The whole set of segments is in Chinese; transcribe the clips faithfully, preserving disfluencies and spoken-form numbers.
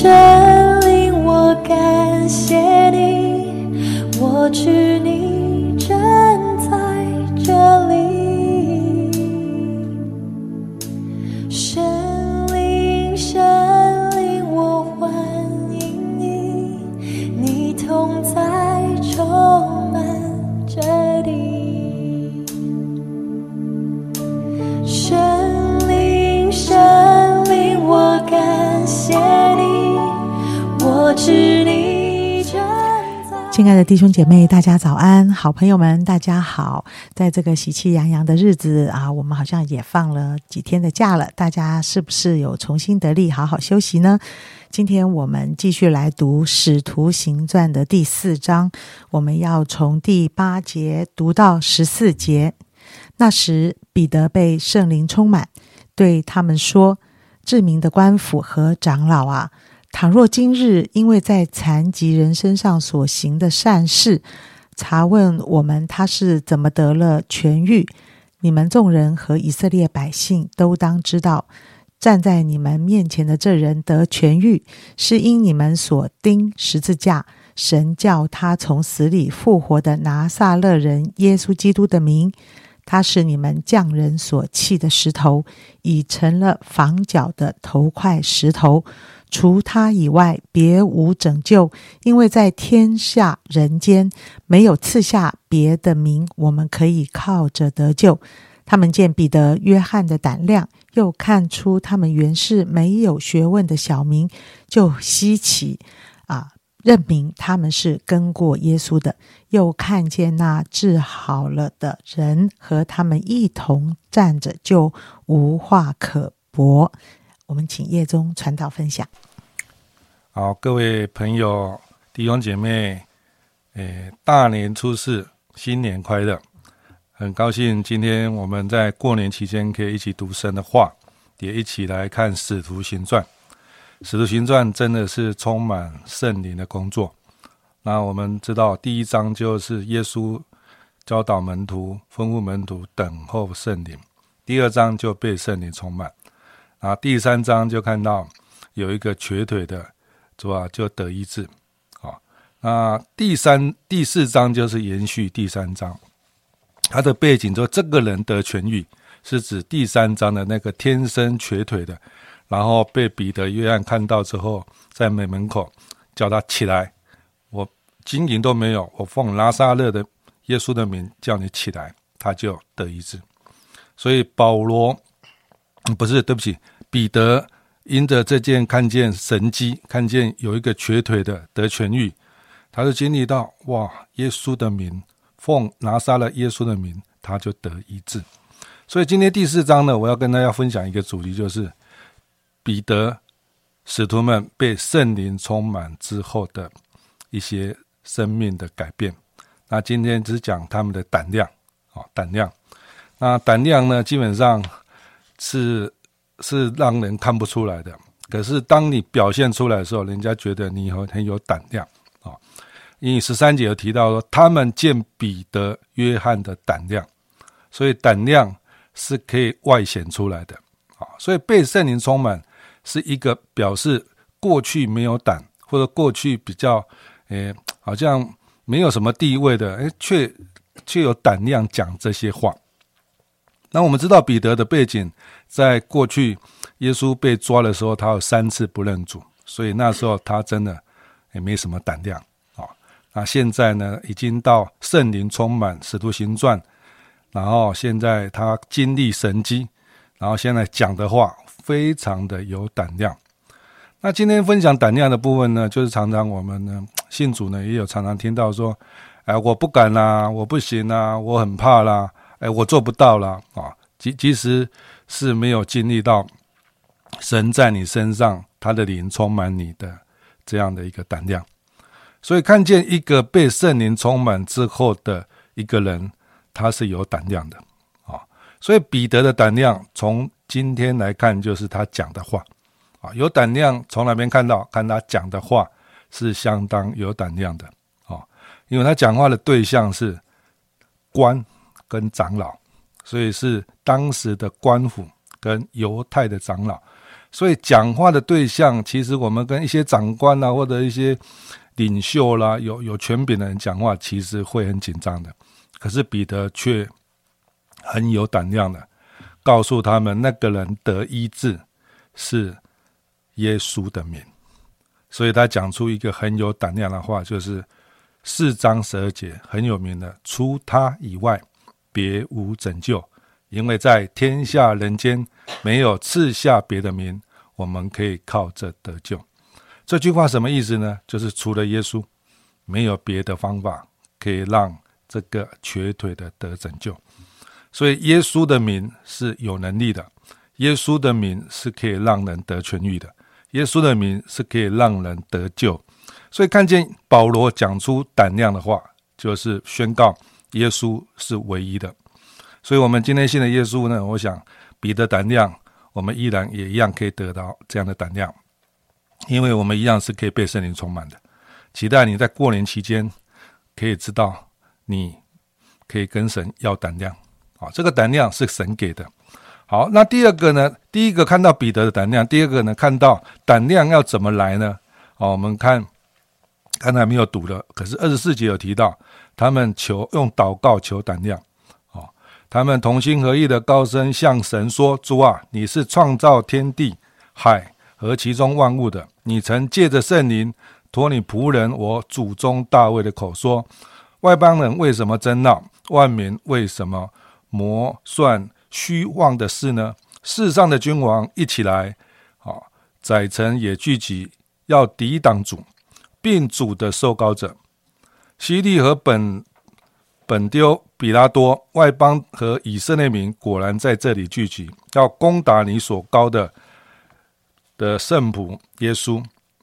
神灵，我感谢你，我知你正在这里。神灵，神灵，我欢迎你，你同在充满这里。神灵，神灵，我感谢你，我知你正在。 亲爱的弟兄姐妹，大家早安，好朋友们大家好。在这个喜气洋洋的日子啊，我们好像也放了几天的假了，大家是不是有重新得力好好休息呢？今天我们继续来读使徒行传的第四章，我们要从第八节读到十四节。那时彼得被圣灵充满，对他们说，至明的官府和长老啊，倘若今日因为在残疾人身上所行的善事，查问我们他是怎么得了痊愈，你们众人和以色列百姓都当知道，站在你们面前的这人得痊愈，是因你们所钉十字架，神叫他从死里复活的拿撒勒人耶稣基督的名，他是你们匠人所弃的石头，已成了房角的头块石头。除他以外别无拯救，因为在天下人间没有赐下别的名，我们可以靠着得救。他们见彼得、约翰的胆量，又看出他们原是没有学问的小民，就稀奇啊，认明他们是跟过耶稣的。又看见那治好了的人和他们一同站着，就无话可驳。我们请叶宗传道分享。 好，各位朋友弟兄姐妹，诶，大年初四，新年快乐！很高兴今天我们在过年期间可以一起读神的话，也一起来看使徒行传。使徒行传真的是充满圣灵的工作。那我们知道第一章就是耶稣教导门徒，吩咐门徒等候圣灵，第二章就被圣灵充满，然后第三章就看到有一个瘸腿的是吧，就得医治。好，那第三、第四章就是延续第三章，它的背景说这个人得痊愈，是指第三章的那个天生瘸腿的，然后被彼得、约翰看到之后，在门门口叫他起来，我金银都没有，我奉拿撒勒的耶稣的名叫你起来，他就得医治。所以保罗不是对不起彼得因着这件看见神迹，看见有一个瘸腿的得痊愈，他就经历到哇，耶稣的名，奉拿撒勒耶稣的名，他就得医治。所以今天第四章呢，我要跟大家分享一个主题，就是彼得使徒们被圣灵充满之后的一些生命的改变。那今天只讲他们的胆量，哦，胆量。那胆量呢，基本上是是让人看不出来的，可是当你表现出来的时候，人家觉得你很有胆量。哦，因为十三节有提到说，他们见彼得、约翰的胆量，所以胆量是可以外显出来的。哦，所以被圣灵充满是一个表示过去没有胆，或者过去比较诶好像没有什么地位的，诶却却有胆量讲这些话。那我们知道彼得的背景，在过去耶稣被抓的时候，他有三次不认主，所以那时候他真的也没什么胆量。哦，那现在呢，已经到圣灵充满使徒行传，然后现在他经历神迹，然后现在讲的话非常的有胆量。那今天分享胆量的部分呢，就是常常我们呢信主呢也有常常听到说，哎，我不敢啦，我不行啦，我很怕啦，哎，我做不到啦，啊，其其实是没有经历到神在你身上，他的灵充满你的这样的一个胆量。所以看见一个被圣灵充满之后的一个人，他是有胆量的啊。所以彼得的胆量，从今天来看，就是他讲的话啊，有胆量从哪边看到？看他讲的话是相当有胆量的啊，因为他讲话的对象是官跟长老，所以是当时的官府跟犹太的长老， 所以讲话的对象，其实我们跟一些长官啊，或者一些领袖啦，有有权柄的人讲话，其实会很紧张的。可是彼得却很有胆量的告诉他们，那个人得医治是耶稣的名。所以他讲出一个很有胆量的话，就是四章十二节很有名的，除他以外别无拯救，因为在天下人间没有赐下别的名，我们可以靠着得救。这句话什么意思呢？就是除了耶稣，没有别的方法可以让这个瘸腿的得拯救。所以耶稣的名是有能力的，耶稣的名是可以让人得痊愈的，耶稣的名是可以让人得救。所以看见保罗讲出胆量的话，就是宣告耶稣是唯一的。所以我们今天信的耶稣呢，我想彼得胆量，我们依然也一样可以得到这样的胆量，因为我们一样是可以被圣灵充满的。期待你在过年期间可以知道，你可以跟神要胆量。好，这个胆量是神给的。好，那第二个呢？第一个看到彼得的胆量，第二个呢，看到胆量要怎么来呢？好，我们看，刚才没有读了，可是二十四节有提到，他们求用祷告求胆量。好，他们同心合意的高声向神说：主啊，你是创造天地海和其中万物的，你曾借着圣灵托你仆人我祖宗大卫的口说，外邦人为什么争闹，万民为什么谋算虚妄的事呢？世上的君王一起来，好，宰臣也聚集，要抵挡主，并主的受膏者。希利和本本丢、比拉多、外邦和以色列民果然在这里聚集，要攻打你所膏的的圣仆耶稣。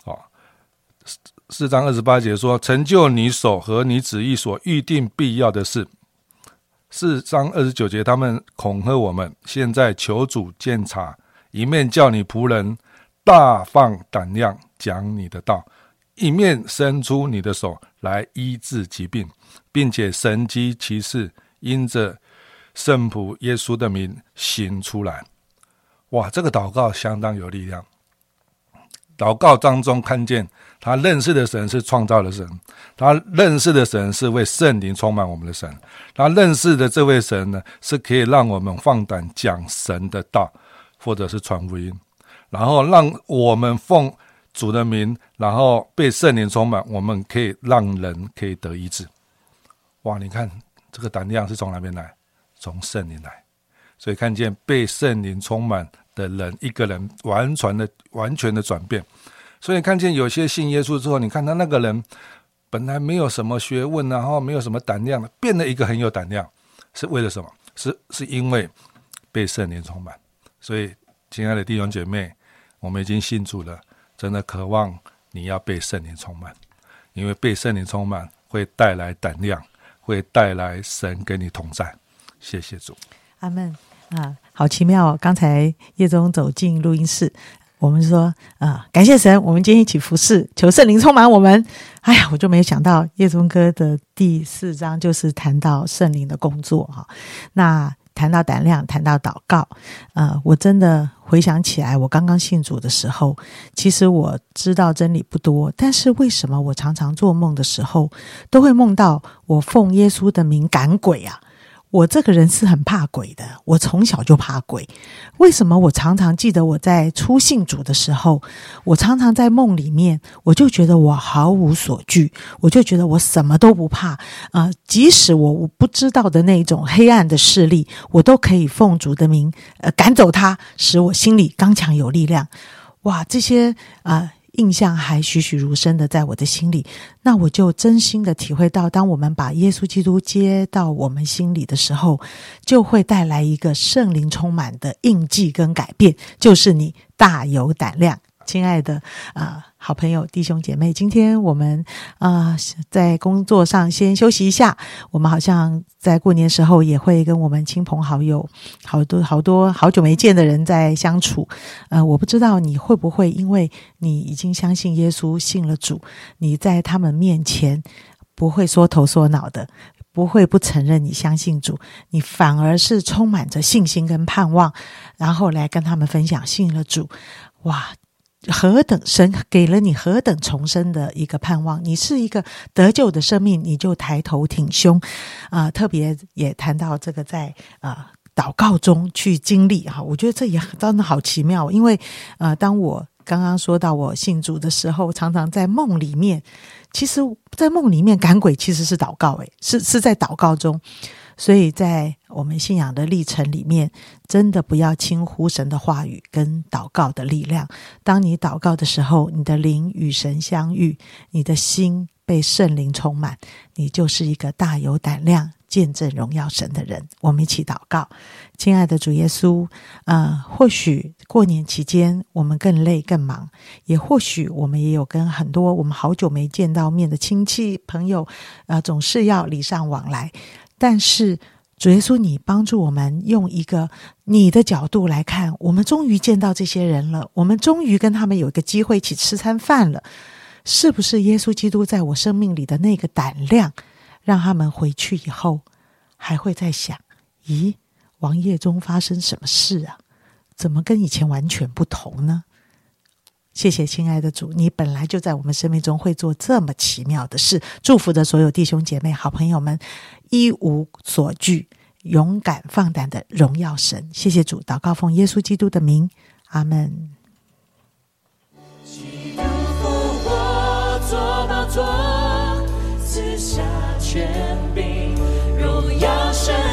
四章二十八节说，成就你手和你旨意所预定必要的事。四章二十九节，他们恐吓我们，现在求主鉴察，一面叫你仆人大放胆量讲你的道，一面伸出你的手来医治疾病，并且神迹奇事因着圣仆耶稣的名行出来。哇，这个祷告相当有力量。祷告当中看见他认识的神是创造的神，他认识的神是为圣灵充满我们的神，他认识的这位神呢，是可以让我们放胆讲神的道，或者是传福音，然后让我们奉主的名，然后被圣灵充满，我们可以让人可以得医治。哇，你看这个胆量是从哪边来？从圣灵来。所以看见被圣灵充满的人，一个人完全的完全的转变。所以看见有些信耶稣之后，你看他那个人本来没有什么学问，然后没有什么胆量，变了一个很有胆量，是为了什么？是是因为被圣灵充满。所以亲爱的弟兄姐妹，我们已经信主了，真的渴望你要被圣灵充满，因为被圣灵充满会带来胆量，会带来神跟你同在。谢谢主， 阿们啊，好奇妙哦！刚才叶宗走进录音室，我们说啊，感谢神，我们今天一起服侍，求圣灵充满我们。哎呀，我就没有想到叶宗哥的第四章就是谈到圣灵的工作哈。那谈到胆量，谈到祷告，呃，我真的回想起来，我刚刚信主的时候，其实我知道真理不多，但是为什么我常常做梦的时候，都会梦到我奉耶稣的名赶鬼啊？我这个人是很怕鬼的，我从小就怕鬼。为什么我常常记得我在初信主的时候，我常常在梦里面，我就觉得我毫无所惧，我就觉得我什么都不怕。呃，即使我不知道的那种黑暗的势力，我都可以奉主的名，呃，赶走它，使我心里刚强有力量。哇，这些呃。印象还栩栩如生的在我的心里，那我就真心的体会到，当我们把耶稣基督接到我们心里的时候，就会带来一个圣灵充满的印记跟改变，就是你大有胆量。亲爱的呃好朋友弟兄姐妹，今天我们呃在工作上先休息一下，我们好像在过年时候也会跟我们亲朋好友好多好多好久没见的人在相处。呃我不知道你会不会因为你已经相信耶稣，信了主，你在他们面前不会缩头缩脑的， 不会不承认你相信主，你反而是充满着信心跟盼望，然后来跟他们分享信了主。哇，何等神给了你何等重生的一个盼望，你是一个得救的生命，你就抬头挺胸啊、呃！特别也谈到这个在啊、呃、祷告中去经历哈，我觉得这也真的好奇妙，因为呃，当我刚刚说到我信主的时候，常常在梦里面，其实在梦里面赶鬼其实是祷告，诶，是是在祷告中。所以在我们信仰的历程里面，真的不要轻忽神的话语跟祷告的力量。当你祷告的时候，你的灵与神相遇，你的心被圣灵充满，你就是一个大有胆量见证荣耀神的人。我们一起祷告。亲爱的主耶稣，呃，或许过年期间我们更累更忙，也或许我们也有跟很多我们好久没见到面的亲戚朋友呃，总是要礼尚往来，但是主耶稣，你帮助我们用一个你的角度来看，我们终于见到这些人了，我们终于跟他们有一个机会一起吃餐饭了。是不是耶稣基督在我生命里的那个胆量，让他们回去以后还会在想，咦，王业中发生什么事啊？怎么跟以前完全不同呢？谢谢亲爱的主，你本来就在我们生命中会做这么奇妙的事。祝福的所有弟兄姐妹好朋友们一无所惧，勇敢放胆的荣耀神。谢谢主，祷告奉耶稣基督的名，阿们。 基督复活做宝座，赐下权柄，荣耀神